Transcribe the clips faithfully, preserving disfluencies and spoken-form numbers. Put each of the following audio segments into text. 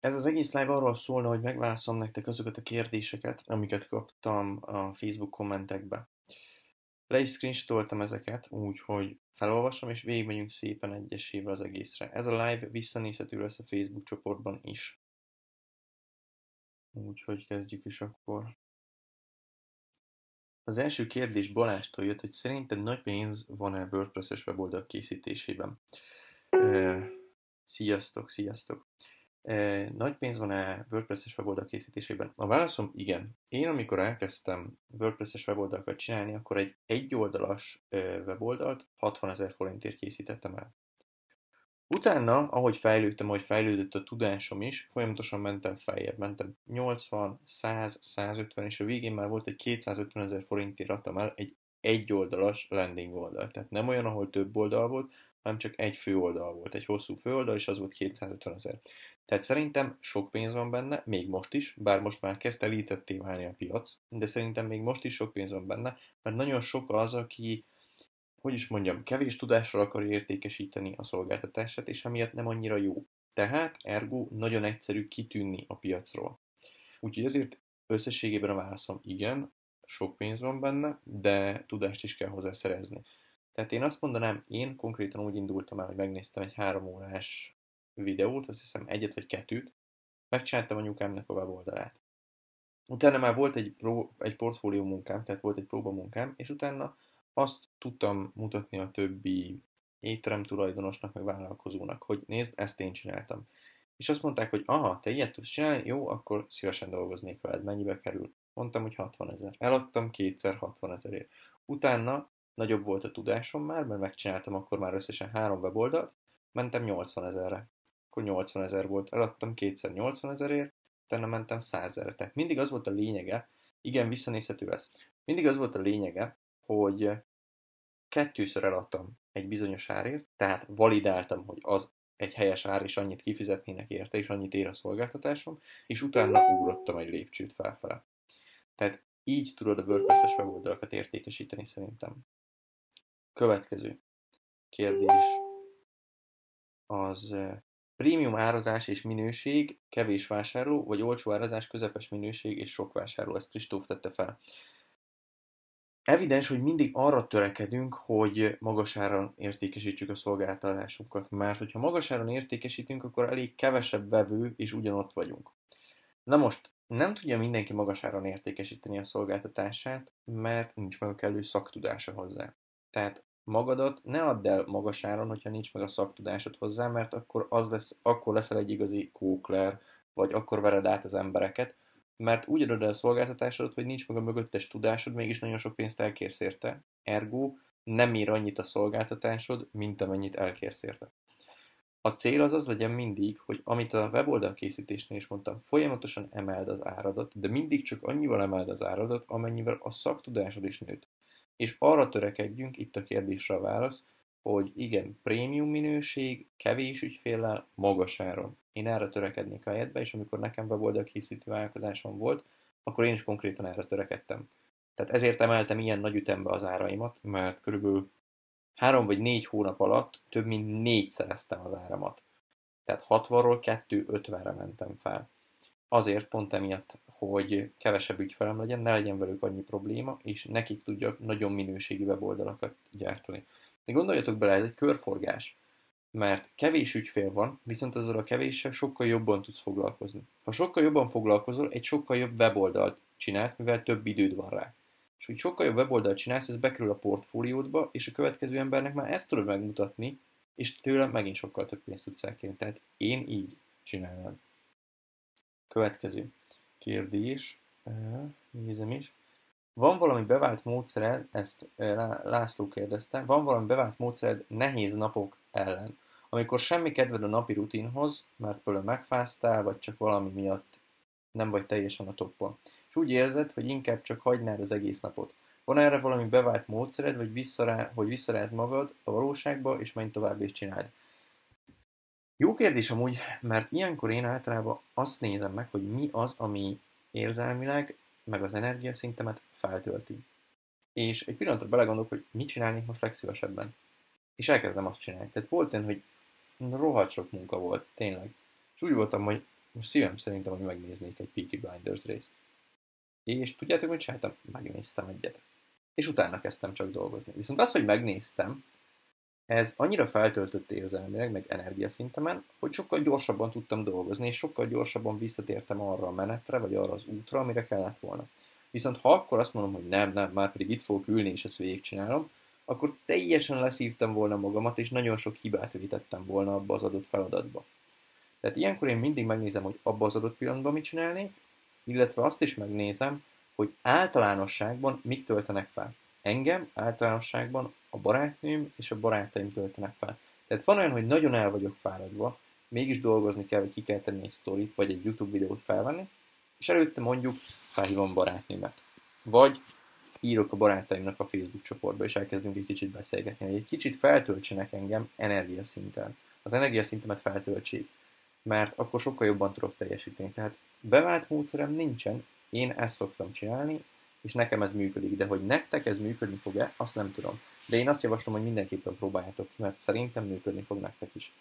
Ez az egész live arról szólna, hogy megválaszolom nektek azokat a kérdéseket, amiket kaptam a Facebook kommentekbe. Le is screenshotoltam ezeket, úgyhogy felolvasom, és végigmegyünk szépen egyesével az egészre. Ez a live visszanézhető lesz a Facebook csoportban is. Úgyhogy kezdjük is akkor. Az első kérdés Balástól jött, hogy szerinted nagy pénz van-e WordPress-es weboldal készítésében? Uh, sziasztok, sziasztok! Uh, nagy pénz van-e WordPress-es weboldal készítésében? A válaszom igen. Én amikor elkezdtem WordPress-es weboldalakat csinálni, akkor egy egyoldalas uh, weboldalt hatvanezer forintért készítettem el. Utána, ahogy fejlődtem, ahogy fejlődött a tudásom is, folyamatosan mentem feljebb, mentem nyolcvan, száz, százötven, és a végén már volt egy kétszázötven ezer forintért adtam el egy egyoldalas landing oldal. Tehát nem olyan, ahol több oldal volt, hanem csak egy fő oldal volt, egy hosszú főoldal, és az volt kétszázötven ezer. Tehát szerintem sok pénz van benne, még most is, bár most már kezd elítetté válni a piac, de szerintem még most is sok pénz van benne, mert nagyon sok az, aki hogy is mondjam, kevés tudással akarja értékesíteni a szolgáltatását, és emiatt nem annyira jó. Tehát, ergo, nagyon egyszerű kitűnni a piacról. Úgyhogy ezért összességében a válaszom igen, sok pénz van benne, de tudást is kell hozzá szerezni. Tehát én azt mondanám, én konkrétan úgy indultam el, hogy megnéztem egy három órás videót, azt hiszem egyet vagy kettőt, megcsináltam anyukámnak a weboldalát. Utána már volt egy, pró, egy portfólió munkám, tehát volt egy próbamunkám, és utána azt tudtam mutatni a többi étterem tulajdonosnak, meg vállalkozónak, hogy nézd, ezt én csináltam. És azt mondták, hogy aha, te ilyet tudsz csinálni, jó, akkor szívesen dolgoznék veled, mennyibe kerül? Mondtam, hogy hatvan ezer. Eladtam kétszer hatvan ezerért. Utána nagyobb volt a tudásom már, mert megcsináltam akkor már összesen három weboldalt, mentem nyolcvan ezerre. Akkor nyolcvan ezer volt, eladtam kétszer nyolcvan ezerért, utána mentem százezerre. Tehát mindig az volt a lényege, igen, visszanézhető lesz. Mindig az volt a lényege, hogy kettőször eladtam egy bizonyos árért, tehát validáltam, hogy az egy helyes ár, és annyit kifizetnének érte, és annyit ér a szolgáltatásom, és utána ugrottam egy lépcsőt felfele. Tehát így tudod a WordPress-es weboldalakat értékesíteni szerintem. Következő kérdés az prémium árazás és minőség, kevés vásárló, vagy olcsó árazás, közepes minőség és sok vásárló. Ezt Kristóf tette fel. Evidens, hogy mindig arra törekedünk, hogy magas áron értékesítsük a szolgáltatásunkat, mert hogyha magas áron értékesítünk, akkor elég kevesebb vevő, és ugyanott vagyunk. Na most, nem tudja mindenki magas áron értékesíteni a szolgáltatását, mert nincs meg a kellő szaktudása hozzá. Tehát magadat ne add el magas áron, hogyha nincs meg a szaktudásod hozzá, mert akkor, az lesz, akkor leszel egy igazi kókler, vagy akkor vered át az embereket, mert úgy adod el a szolgáltatásodat, hogy nincs meg a mögöttes tudásod, mégis nagyon sok pénzt elkérsz érte, ergo nem ér annyit a szolgáltatásod, mint amennyit elkérsz érte. A cél az az legyen mindig, hogy amit a weboldal készítésnél is mondtam, folyamatosan emeld az áradat, de mindig csak annyival emeld az áradat, amennyivel a szaktudásod is nőtt. És arra törekedjünk, itt a kérdésre a válasz, hogy igen, prémium minőség, kevés ügyféllel, magas áron. Én erre törekednék a helyetbe, és amikor nekem weboldal készítő vállalkozásom volt, akkor én is konkrétan erre törekedtem. Tehát ezért emeltem ilyen nagy ütembe az áraimat, mert körülbelül három vagy négy hónap alatt több mint négyszereztem az áramat. Tehát hatvanról kétszázötvenre mentem fel. Azért pont emiatt, hogy kevesebb ügyfelem legyen, ne legyen velük annyi probléma, és nekik tudjak nagyon minőségi weboldalakat gyártani. De gondoljatok bele, ez egy körforgás, mert kevés ügyfél van, viszont azzal a kevéssel sokkal jobban tudsz foglalkozni. Ha sokkal jobban foglalkozol, egy sokkal jobb weboldalt csinálsz, mivel több időd van rá. És hogy sokkal jobb weboldalt csinálsz, ez bekerül a portfóliódba, és a következő embernek már ezt tudod megmutatni, és tőle megint sokkal több pénzt tudsz elkérni. Tehát én így csinálnám. Következő kérdés, nézem is. Van valami bevált módszered, ezt László kérdezte, van valami bevált módszered nehéz napok ellen, amikor semmi kedved a napi rutinhoz, mert például megfáztál, vagy csak valami miatt nem vagy teljesen a toppon. És úgy érzed, hogy inkább csak hagynád az egész napot. Van erre valami bevált módszered, vagy visszará, hogy visszarázd magad a valóságba, és menj tovább és csináld? Jó kérdés amúgy, mert ilyenkor én általában azt nézem meg, hogy mi az, ami érzelmileg, meg az energiaszintemet feltölti. És egy pillanatra belegondolok, hogy mit csinálnék most legszívesebben. És elkezdem azt csinálni. Tehát volt olyan, hogy rohadt sok munka volt, tényleg. És úgy voltam, hogy most szívem szerintem, hogy megnéznék egy Peaky Blinders részt. És tudjátok, hogy csináltam? Megnéztem egyet. És utána kezdtem csak dolgozni. Viszont az, hogy megnéztem, ez annyira feltöltött érzelmileg, meg energiaszintemen, hogy sokkal gyorsabban tudtam dolgozni, és sokkal gyorsabban visszatértem arra a menetre, vagy arra az útra, amire kellett volna. Viszont ha akkor azt mondom, hogy nem, nem, már pedig itt fogok ülni, és ezt végigcsinálom, akkor teljesen leszívtam volna magamat, és nagyon sok hibát vétettem volna abba az adott feladatba. Tehát ilyenkor én mindig megnézem, hogy abba az adott pillanatban mit csinálnék, illetve azt is megnézem, hogy általánosságban mik töltenek fel. Engem általánosságban a barátnőm és a barátaim töltenek fel. Tehát van olyan, hogy nagyon el vagyok fáradva, mégis dolgozni kell, vagy ki kell tenni egy sztorit, vagy egy YouTube videót felvenni, és előtte mondjuk felhívom barátnőmet. Vagy írok a barátaimnak a Facebook csoportba, és elkezdünk egy kicsit beszélgetni, hogy egy kicsit feltöltsenek engem energiaszinten. Az energiaszintemet feltöltsék, mert akkor sokkal jobban tudok teljesíteni. Tehát bevált módszerem nincsen, én ezt szoktam csinálni, és nekem ez működik, de hogy nektek ez működni fog-e, azt nem tudom. De én azt javaslom, hogy mindenképpen próbáljátok ki, mert szerintem működni fog nektek is.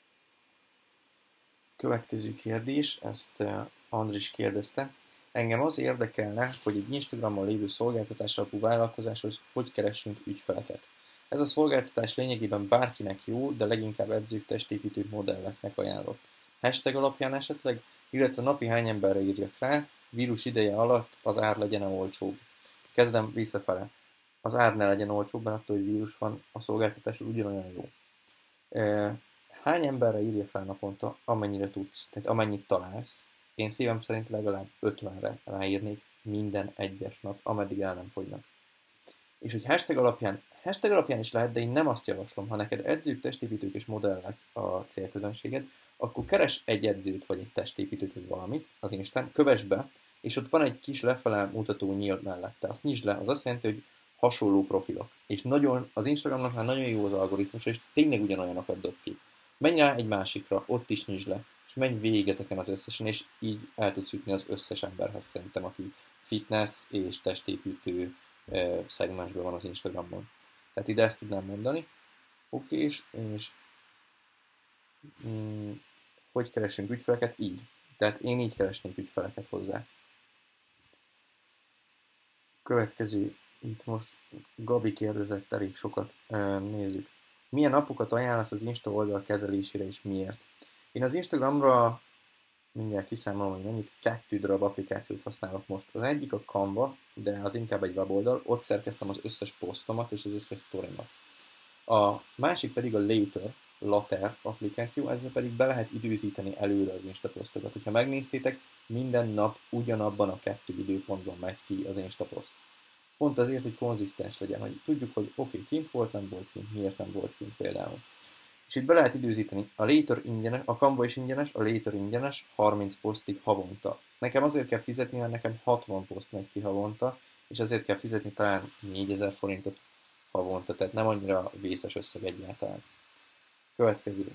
Következő kérdés, ezt Andris kérdezte. Engem az érdekelne, hogy egy Instagramon lévő szolgáltatás alapú vállalkozáshoz hogy keressünk ügyfeleket. Ez a szolgáltatás lényegében bárkinek jó, de leginkább edzők, testépítő modelleknek ajánlott. Hashtag alapján esetleg, illetve napi hány emberre írjak rá, vírus ideje alatt az ár legyen olcsóbb. Kezdem visszafele. Az ár ne legyen olcsóbb, mert attól, hogy vírus van, a szolgáltatás ugyanolyan jó. Hány emberre írja fel naponta, amennyire tudsz, tehát amennyit találsz. Én szívem szerint legalább ötvenre ráírnék minden egyes nap, ameddig el nem fogynak. És hogy hashtag alapján, hashtag alapján is lehet, de én nem azt javaslom, ha neked edzők, testépítők és modellek a célközönséged, akkor keres egy edzőt, vagy egy testépítőt, vagy valamit az Instán, kövess be, és ott van egy kis lefele mutató nyíl mellette. Azt nyisd le, az azt jelenti, hogy hasonló profilok. És nagyon, az Instagramnak már nagyon jó az algoritmus, és tényleg ugyanolyanokat dob ki. Menj rá egy másikra, ott is nyisd le, és menj végig ezeken az összesen, és így el tudsz jutni az összes emberhez szerintem, aki fitness és testépítő eh, szegmensben van az Instagramon. Tehát ide ezt tudnám mondani. Oké, és, és mm, hogy keresünk ügyfeleket? Így. Tehát én így keresnék ügyfeleket hozzá. Következő, itt most Gabi kérdezett elég sokat, nézzük. Milyen appokat ajánlasz az Insta oldal kezelésére és miért? Én az Instagramra, mindjárt kiszámolom, hogy mennyit, kettő darab applikációt használok most. Az egyik a Canva, de az inkább egy weboldal, ott szerkeztem az összes posztomat és az összes sztorimat. A másik pedig a Later, Later applikáció, ezzel pedig be lehet időzíteni előre az Insta posztokat. Hogyha megnéztétek, minden nap ugyanabban a kettő időpontban megy ki az Insta poszt. Pont azért, hogy konzisztens legyen, hogy tudjuk, hogy oké, okay, kint volt, nem volt kint, miért nem volt kint például. És itt be lehet időzíteni. A Later ingyenes, a Canva is ingyenes, a Later ingyenes, harminc posztig havonta. Nekem azért kell fizetni, mert nekem hatvan poszt megy ki havonta, és ezért kell fizetni talán négyezer forintot havonta, tehát nem annyira vészes összeg egyáltalán. Következő.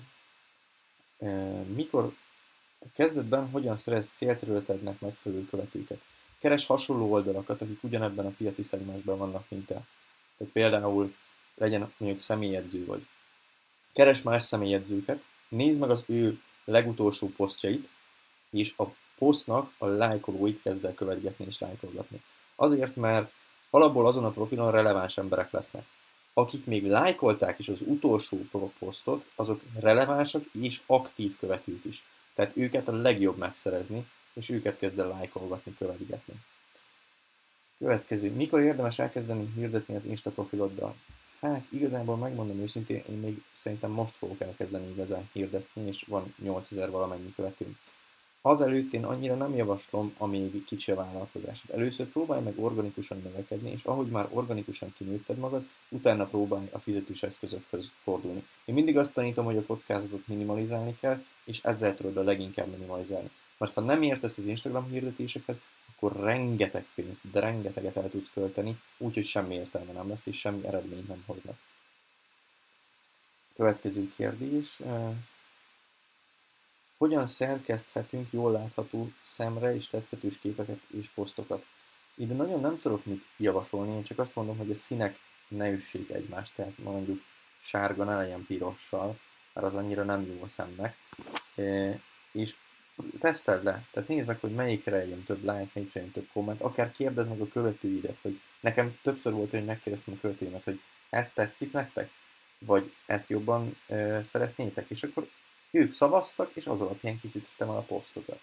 Mikor kezdetben hogyan szerez célterületednek megfelelő követőket? Keres hasonló oldalakat, akik ugyanebben a piaci szegmensben vannak, mint te. Tehát például legyen mondjuk személyedző vagy. Keres más személyedzőket, nézd meg az ő legutolsó posztjait, és a posztnak a lájkolóit kezd el követgetni és lájkolgatni. Azért, mert alapból azon a profilon releváns emberek lesznek. Akik még lájkolták is az utolsó posztot, azok relevánsak és aktív követők is. Tehát őket a legjobb megszerezni, és őket kezd el lájkolgatni, követgetni. Következő. Mikor érdemes elkezdeni hirdetni az Insta profiloddal? Hát igazából megmondom őszintén, én még szerintem most fogok elkezdeni igazán hirdetni, és van nyolcezer valamennyi követőm. Azelőtt én annyira nem javaslom, amíg kicsi a vállalkozásod. Először próbálj meg organikusan növekedni, és ahogy már organikusan kinőtted magad, utána próbálj a fizetős eszközökhöz fordulni. Én mindig azt tanítom, hogy a kockázatot minimalizálni kell, és ezzel tudod a leginkább minimalizálni. Mert ha nem értesz az Instagram hirdetésekhez, akkor rengeteg pénzt, de rengeteget el tudsz költeni, úgyhogy semmi értelme nem lesz, és semmi eredményt nem hoznak. Következő kérdés. Hogyan szerkeszthetünk jól látható szemre és tetszetős képeket és posztokat? Ide nagyon nem tudok mit javasolni, én csak azt mondom, hogy a színek ne üssék egymást, tehát mondjuk sárga ne legyen pirossal, mert az annyira nem jó a szemnek. És teszteld le, tehát nézd meg, hogy melyikre jön több like, melyikre jön több komment, akár kérdezd meg a követőidet, hogy nekem többször volt, hogy megkérdeztem a követőimet, hogy ezt tetszik nektek? Vagy ezt jobban ö, szeretnétek? És akkor ők szavaztak, és az alapján készítettem el a posztokat.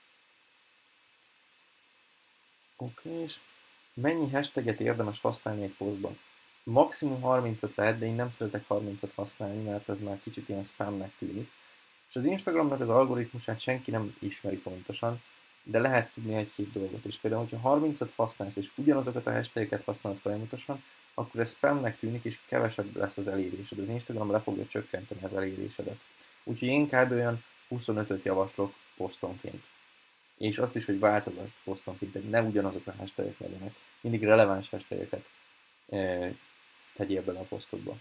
Oké, okay, és mennyi hashtaget érdemes használni egy posztban? Maximum harmincat lehet, de én nem szeretek harmincat használni, mert ez már kicsit ilyen spamnek tűnik. És az Instagramnak az algoritmusát senki nem ismeri pontosan, de lehet tudni egy-két dolgot. És például, hogyha harmincat használsz, és ugyanazokat a hashtageket használod folyamatosan, akkor ez spamnek tűnik, és kevesebb lesz az elérésed. Az Instagram le fogja csökkenteni az elérésedet. Úgyhogy én kb. Olyan huszonötöt javaslok posztonként. És azt is, hogy váltogasd posztonként, tehát ne ugyanazok a hashtagek legyenek. Mindig releváns hashtageket e, tegyél bele a posztodba.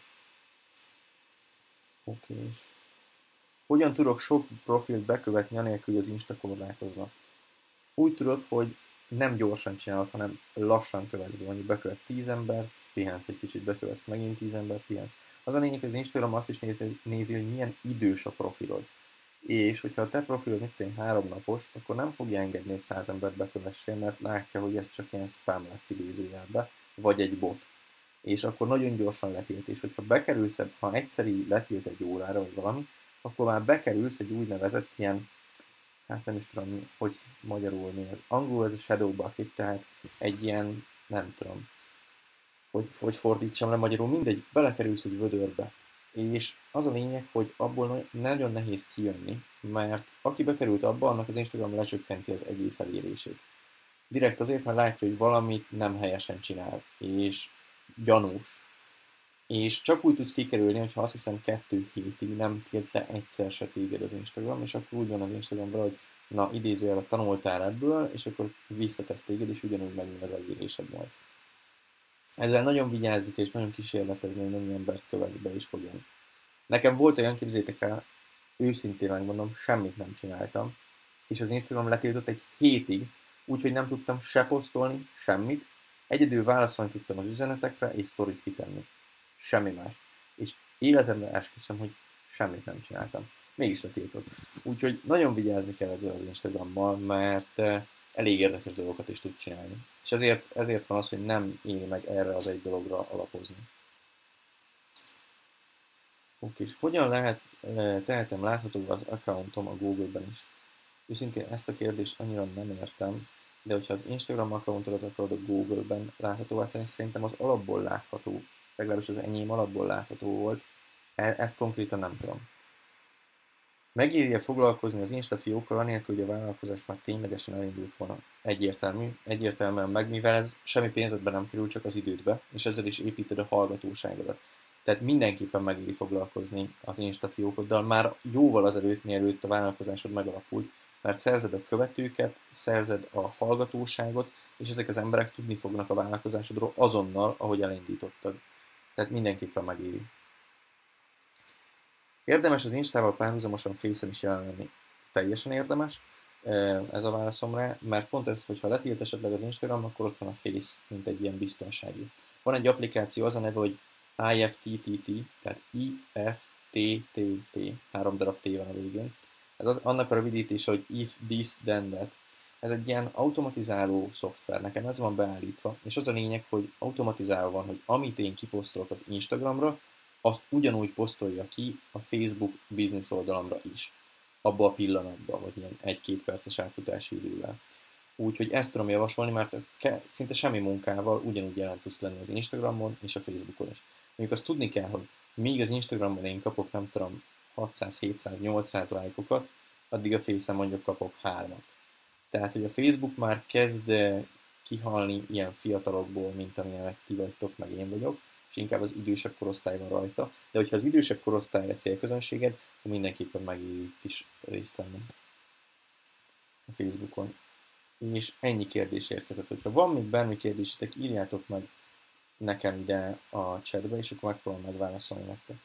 Oké, és hogyan tudok sok profilt bekövetni, anélkül, hogy az Insta korlátozna? Úgy tudod, hogy nem gyorsan csinálod, hanem lassan követsz be, mondjuk bekövetsz tíz embert, pihensz egy kicsit, bekövetsz megint tíz embert, pihensz. Az a lényeg, hogy az Instagram azt is nézi, nézi, hogy milyen idős a profilod. És hogyha a te profilod mit tenni három napos, akkor nem fogja engedni, hogy száz embert bekövessél, mert látja, hogy ez csak ilyen spam lesz idézőjelbe, vagy egy bot. És akkor nagyon gyorsan letilt, és hogyha bekerülsz, ha egyszeri letilt egy órára, vagy valami, akkor már bekerülsz egy úgynevezett ilyen, hát nem is tudom, hogy magyarul mi az. Angolul ez a shadow bucket, tehát egy ilyen, nem tudom, hogy, hogy fordítsam le magyarul, mindegy, belekerülsz egy vödörbe. És az a lényeg, hogy abból nagyon nehéz kijönni, mert aki bekerült abba, annak az Instagram lecsökkenti az egész elérését. Direkt azért, mert látja, hogy valamit nem helyesen csinál, és gyanús. És csak úgy tudsz kikerülni, hogyha azt hiszem kettő hétig nem tilt le egyszer se téged az Instagram, és akkor úgy van az Instagramra, hogy na, idézőjelben tanultál ebből, és akkor visszatesz téged, és ugyanúgy megnő az elérésed majd. Ezzel nagyon vigyázni kell, és nagyon kísérletezni, hogy mennyi embert követsz be, és hogyan. Nekem volt olyan, képzétek el, őszintén megmondom, semmit nem csináltam, és az Instagram letiltott egy hétig, úgyhogy nem tudtam se posztolni, semmit, egyedül válaszolni tudtam az üzenetekre, és sztorit kitenni. Semmi más. És életemben esküszöm, hogy semmit nem csináltam. Mégis letiltott. Úgyhogy nagyon vigyázni kell ezzel az Instagrammal, mert elég érdekes dolgokat is tud csinálni. És ezért, ezért van az, hogy nem éri meg erre az egy dologra alapozni. Oké, és hogyan lehet, tehetem látható az accountom a Google-ben is? Őszintén ezt a kérdést annyira nem értem, de hogyha az Instagram accountodat akarod a Google-ben láthatóvá tenni, szerintem az alapból látható, legalábbis az enyém alapból látható volt, e- ezt konkrétan nem tudom. Megéri-e foglalkozni az Insta fiókkal, anélkül, hogy a vállalkozás már ténylegesen elindult volna? Egyértelmű, egyértelműen meg, mivel ez semmi pénzedbe nem kerül, csak az idődbe, és ezzel is építed a hallgatóságodat. Tehát mindenképpen megéri foglalkozni az Insta fiókoddal, már jóval azelőtt, mielőtt a vállalkozásod megalapult, mert szerzed a követőket, szerzed a hallgatóságot, és ezek az emberek tudni fognak a vállalkozásodról azonnal, ahogy elindítottad. Tehát mindenképpen megéri. Érdemes az Instával párhuzamosan Face-en is jelen lenni? Teljesen érdemes, ez a válaszom rá, mert pont ez, hogyha letilt esetleg az Instagram, akkor ott van a Face, mint egy ilyen biztonsági. Van egy applikáció, az a neve, hogy I F T T T, tehát I F T T T, három darab T van a végén. Ez az, annak a rövidítése, hogy If This Then That. Ez egy ilyen automatizáló szoftver, nekem ez van beállítva, és az a lényeg, hogy automatizálva van, hogy amit én kiposztolok az Instagramra, azt ugyanúgy posztolja ki a Facebook business oldalamra is. Abba a pillanatban, vagy ilyen egy-két perces átfutási idővel. Úgyhogy ezt tudom javasolni, mert szinte semmi munkával ugyanúgy jelen tudsz lenni az Instagramon és a Facebookon is. Mondjuk azt tudni kell, hogy míg az Instagramon én kapok, nem tudom, hatszáz, hétszáz, nyolcszáz lájkokat, addig a Face-en mondjuk kapok hármat. Tehát, hogy a Facebook már kezd kihalni ilyen fiatalokból, mint amilyenek ti vagytok, meg én vagyok, és inkább az idősebb korosztály van rajta, de hogyha az idősebb korosztály a célközönséged, akkor mindenképpen megéri itt is részt venni a Facebookon. És ennyi kérdés érkezett. Hogyha van még bármi kérdésetek, írjátok meg nekem ide a chatbe, és akkor megpróbálom megválaszolni nektek.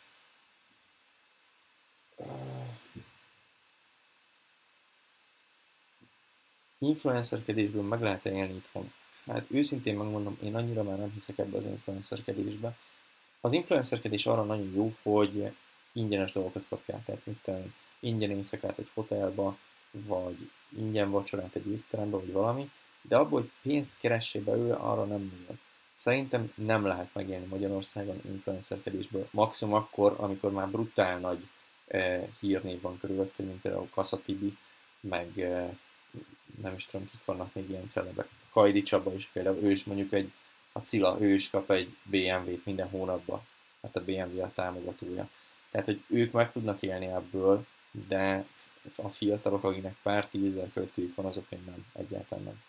Influencerkedésből meg lehet-e élni itthon? Hát őszintén megmondom, én annyira már nem hiszek ebbe az influencerkedésbe. Az influencerkedés arra nagyon jó, hogy ingyenes dolgokat kapjál, tehát mit tenni, ingyen éjszakát egy hotelba, vagy ingyen vacsorát egy étterembe, vagy valami, de abból, hogy pénzt keressél belőle, arra nem nagyon. Szerintem nem lehet megélni Magyarországon influencerkedésből. Maximum akkor, amikor már brutál nagy eh, hírnév van körülötte, mint például Kassa Tibi, meg eh, nem is tudom, kik vannak még ilyen celebek. Kajdi Csaba is például, ő is mondjuk egy, a Cilla, ő is kap egy bé em vét minden hónapban, mert a bé em vé a támogatója. Tehát, hogy ők meg tudnak élni ebből, de a fiatalok, akinek pár tízezer költőjük van, azok még nem, egyáltalán nem.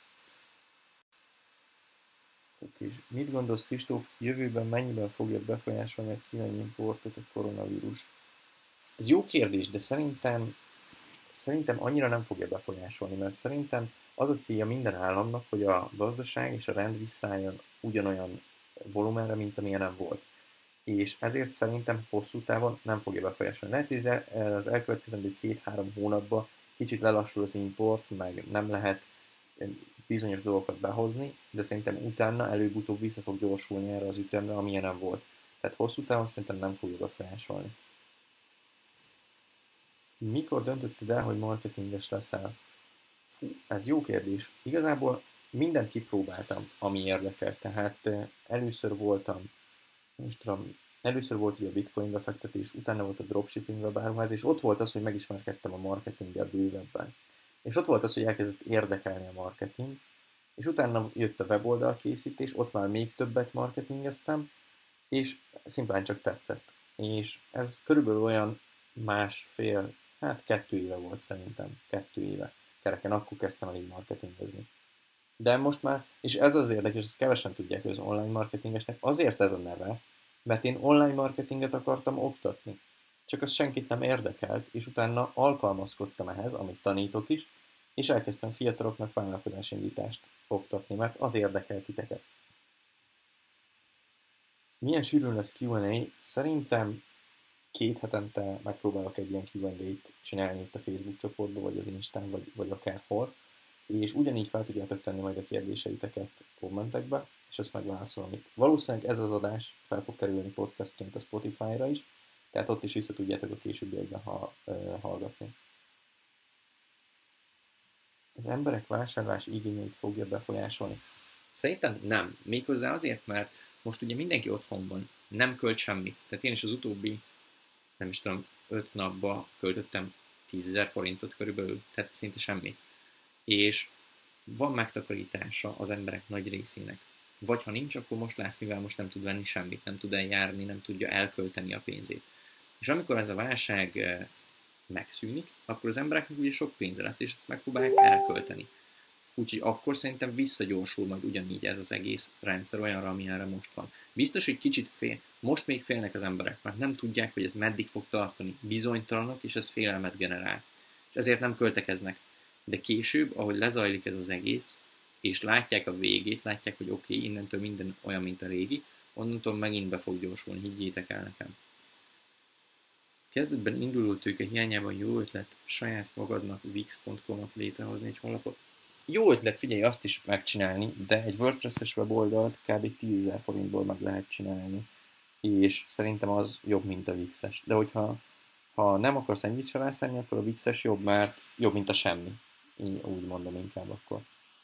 Oké, és mit gondolsz, Kristóf, jövőben mennyiben fogja befolyásolni a kínai importot a koronavírus? Ez jó kérdés, de szerintem, szerintem annyira nem fogja befolyásolni, mert szerintem az a célja minden államnak, hogy a gazdaság és a rend visszaálljon ugyanolyan volumenre, mint amilyen volt. És ezért szerintem hosszú távon nem fogja befolyásolni. Lehet, hogy az elkövetkezendő két-három hónapban kicsit lelassul az import, meg nem lehet bizonyos dolgokat behozni, de szerintem utána előbb-utóbb vissza fog gyorsulni erre az ütemre, amilyen nem volt. Tehát hosszú távon szerintem nem fogja befolyásolni. Mikor döntötted el, hogy marketinges leszel? Fú, ez jó kérdés. Igazából mindent kipróbáltam, ami érdekel. Tehát először voltam, most tudom, először volt ugye a bitcoin befektetés, utána volt a dropshipping webáruház, és ott volt az, hogy megismerkedtem a marketinggel bővebben. És ott volt az, hogy elkezdett érdekelni a marketing, és utána jött a weboldal készítés, ott már még többet marketingeztem, és szimplán csak tetszett. És ez körülbelül olyan másfél, hát kettő éve volt szerintem, kettő éve. Kereken akkor kezdtem el így marketingezni. De most már, és ez az érdekes, ezt kevesen tudják, hogy az online marketingesnek azért ez a neve, mert én online marketinget akartam oktatni. Csak az senkit nem érdekelt, és utána alkalmazkodtam ehhez, amit tanítok is, és elkezdtem fiataloknak vállalkozásindítást oktatni, mert az érdekelt titeket. Milyen sűrűn lesz Q and A? Szerintem két hetente megpróbálok egy ilyen Q and A-t csinálni itt a Facebook csoportban, vagy az Instán, vagy, vagy akárhol, és ugyanígy fel tudjátok tenni majd a kérdéseiteket kommentekbe, és ezt megválaszolom itt. Valószínűleg ez az adás fel fog kerülni podcastként a Spotify-ra is, tehát ott is vissza tudjátok a későbbiekben ha, uh, hallgatni. Az emberek vásárlás igényeit fogja befolyásolni? Szerintem nem. Méghozzá azért, mert most ugye mindenki otthon van, nem költ semmit. Tehát én is az utóbbi, nem is tudom, öt napba költöttem tízezer forintot körülbelül, tehát szinte semmit. És van megtakarítása az emberek nagy részének. Vagy ha nincs, akkor most lesz, mivel most nem tud venni semmit, nem tud eljárni, nem tudja elkölteni a pénzét. És amikor ez a válság megszűnik, akkor az embereknek ugye sok pénze lesz, és ezt megpróbálják elkölteni. Úgyhogy akkor szerintem visszagyorsul majd ugyanígy ez az egész rendszer olyanra, amilyenre most van. Biztos, hogy kicsit fél, most még félnek az emberek, mert nem tudják, hogy ez meddig fog tartani. Bizonytalanok, és ez félelmet generál. És ezért nem költekeznek. De később, ahogy lezajlik ez az egész, és látják a végét, látják, hogy oké, okay, innentől minden olyan, mint a régi, onnantól megint be fog gyorsulni, higgyétek el nekem. Kezdetben induló tőke hiányában jó ötlet saját magadnak wix pont com-ot létrehozni egy honlapot. Jó ötlet, figyelj, azt is megcsinálni, de egy WordPress-es weboldalt kb. tízezer forintból meg lehet csinálni, és szerintem az jobb, mint a Wix-es. De hogyha ha nem akarsz ennyit se rászállni, akkor a Wix-es jobb, mert jobb, mint a semmi. Így úgy mondom inkább akkor.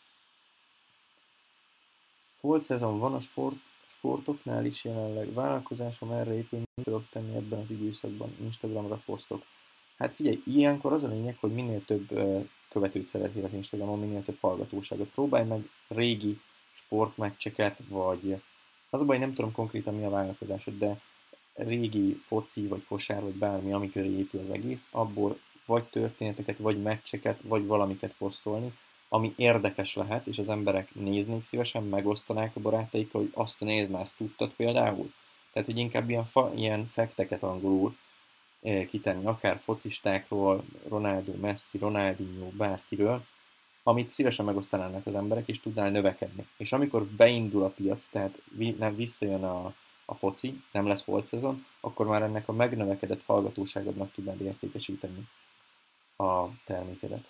Holt szezon van a sport, sportoknál is jelenleg. Vállalkozásom erre épül, mit tudok tenni ebben az időszakban? Instagramra posztok. Hát figyelj, ilyenkor az a lényeg, hogy minél több követőt szerezzél az Instagramon, minél több hallgatóságot. Próbálj meg régi sportmeccseket, vagy az a baj, nem tudom konkrétan mi a vállalkozásod, de régi foci, vagy kosár, vagy bármi, amikor épül az egész, abból vagy történeteket, vagy meccseket, vagy valamiket posztolni, ami érdekes lehet, és az emberek néznék szívesen, megosztanák a barátaikkal, hogy azt nézd, már ezt tudtad például. Tehát, hogy inkább ilyen, fa, ilyen fekteket angolul eh, kitenni, akár focistákról, Ronaldo, Messi, Ronaldinho, bárkiről, amit szívesen megosztanának az emberek, és tudnál növekedni. És amikor beindul a piac, tehát vi, nem visszajön a, a foci, nem lesz volt szezon, akkor már ennek a megnövekedett hallgatóságodnak tudnád értékesíteni a termékedet.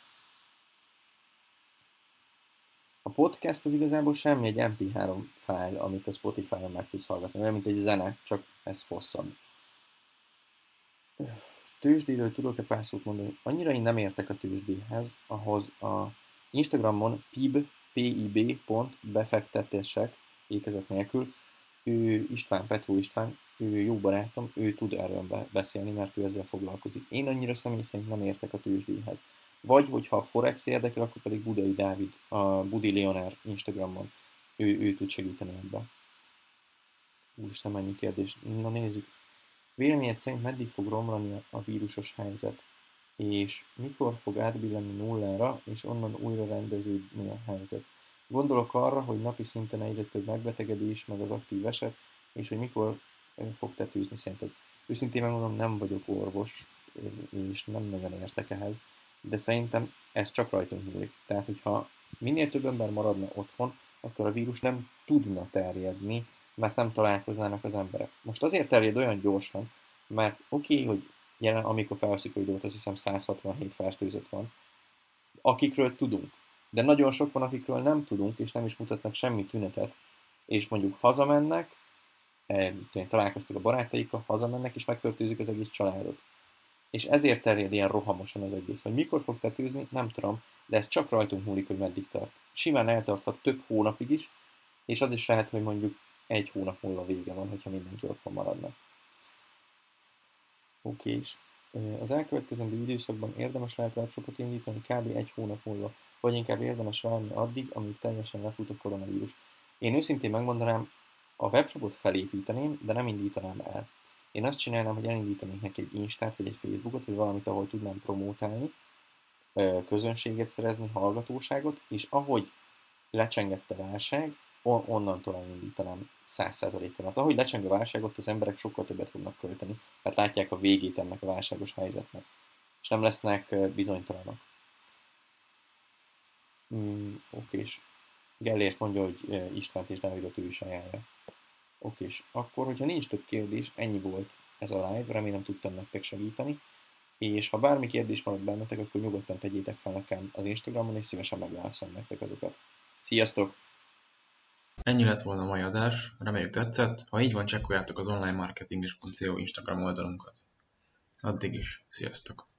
A podcast az igazából semmi, egy em pé három fájl, amit a Spotify-on meg tudsz hallgatni, olyan, mint egy zene, csak ez hosszabb. Tőzsdéről tudok-e pár szót mondani? Annyira én nem értek a tőzsdéhez, ahhoz a Instagramon pib, pib pont befektetések ékezet nélkül, ő István, Petró István, ő jó barátom, ő tud erről be- beszélni, mert ő ezzel foglalkozik. Én annyira személy szerint nem értek a tőzsdéhez. Vagy, hogyha a Forex érdekel, akkor pedig Budai Dávid, a Budi Leonár Instagramon, ő, ő tud segíteni ebben. Úristen, mennyi kérdés. Na nézzük. Véleményed szerint meddig fog romlani a vírusos helyzet? És mikor fog átbillenni nullára, és onnan újra rendeződni a helyzet? Gondolok arra, hogy napi szinten egyre több megbetegedés, meg az aktív eset, és hogy mikor fog tetőzni szerinted. Őszintén megmondom, nem vagyok orvos, és nem nagyon értek ehhez, de szerintem ez csak rajtunk múlik. Tehát, hogyha minél több ember maradna otthon, akkor a vírus nem tudna terjedni, mert nem találkoznának az emberek. Most azért terjed olyan gyorsan, mert oké, okay, hogy jelen, amikor felveszik a videót, azt hiszem száz hatvanhét fertőzött van, akikről tudunk. De nagyon sok van, akikről nem tudunk, és nem is mutatnak semmi tünetet, és mondjuk hazamennek, eh, találkoztak a barátaikkal, hazamennek, és megfertőzik az egész családot. És ezért terjed ilyen rohamosan az egész. Hogy mikor fog tetőzni, nem tudom, de ez csak rajtunk múlik, hogy meddig tart. Simán eltarthat több hónapig is, és az is lehet, hogy mondjuk egy hónap múlva vége van, hogyha mindenki otthon maradna. Oké, és az elkövetkezendő időszakban érdemes lehet webshopot indítani kb. Egy hónap múlva, vagy inkább érdemes várni addig, amíg teljesen lefut a koronavírus. Én őszintén megmondanám, a webshopot felépíteném, de nem indítanám el. Én azt csinálnám, hogy elindítanék neki egy Instát, vagy egy Facebookot, vagy valamit, ahol tudnám promótálni, közönséget szerezni, hallgatóságot, és ahogy lecsengett a válság, on- onnantól elindítanám száz százalékkal. Hát ahogy lecseng a válság, ott az emberek sokkal többet fognak költeni, mert látják a végét ennek a válságos helyzetnek, és nem lesznek bizonytalanok. Mm, oké, és Gellért mondja, hogy Istvánt és Dávidot ő is ajánlja. Oké, és akkor, hogyha nincs több kérdés, ennyi volt ez a live, remélem tudtam nektek segíteni, és ha bármi kérdés maradt bennetek, akkor nyugodtan tegyétek fel nekem az Instagramon, és szívesen megválaszolom nektek azokat. Sziasztok! Ennyi lett volna a mai adás, reméljük tetszett, ha így van, csekkoljátok az onlinemarketing pont co Instagram oldalunkat. Addig is, sziasztok!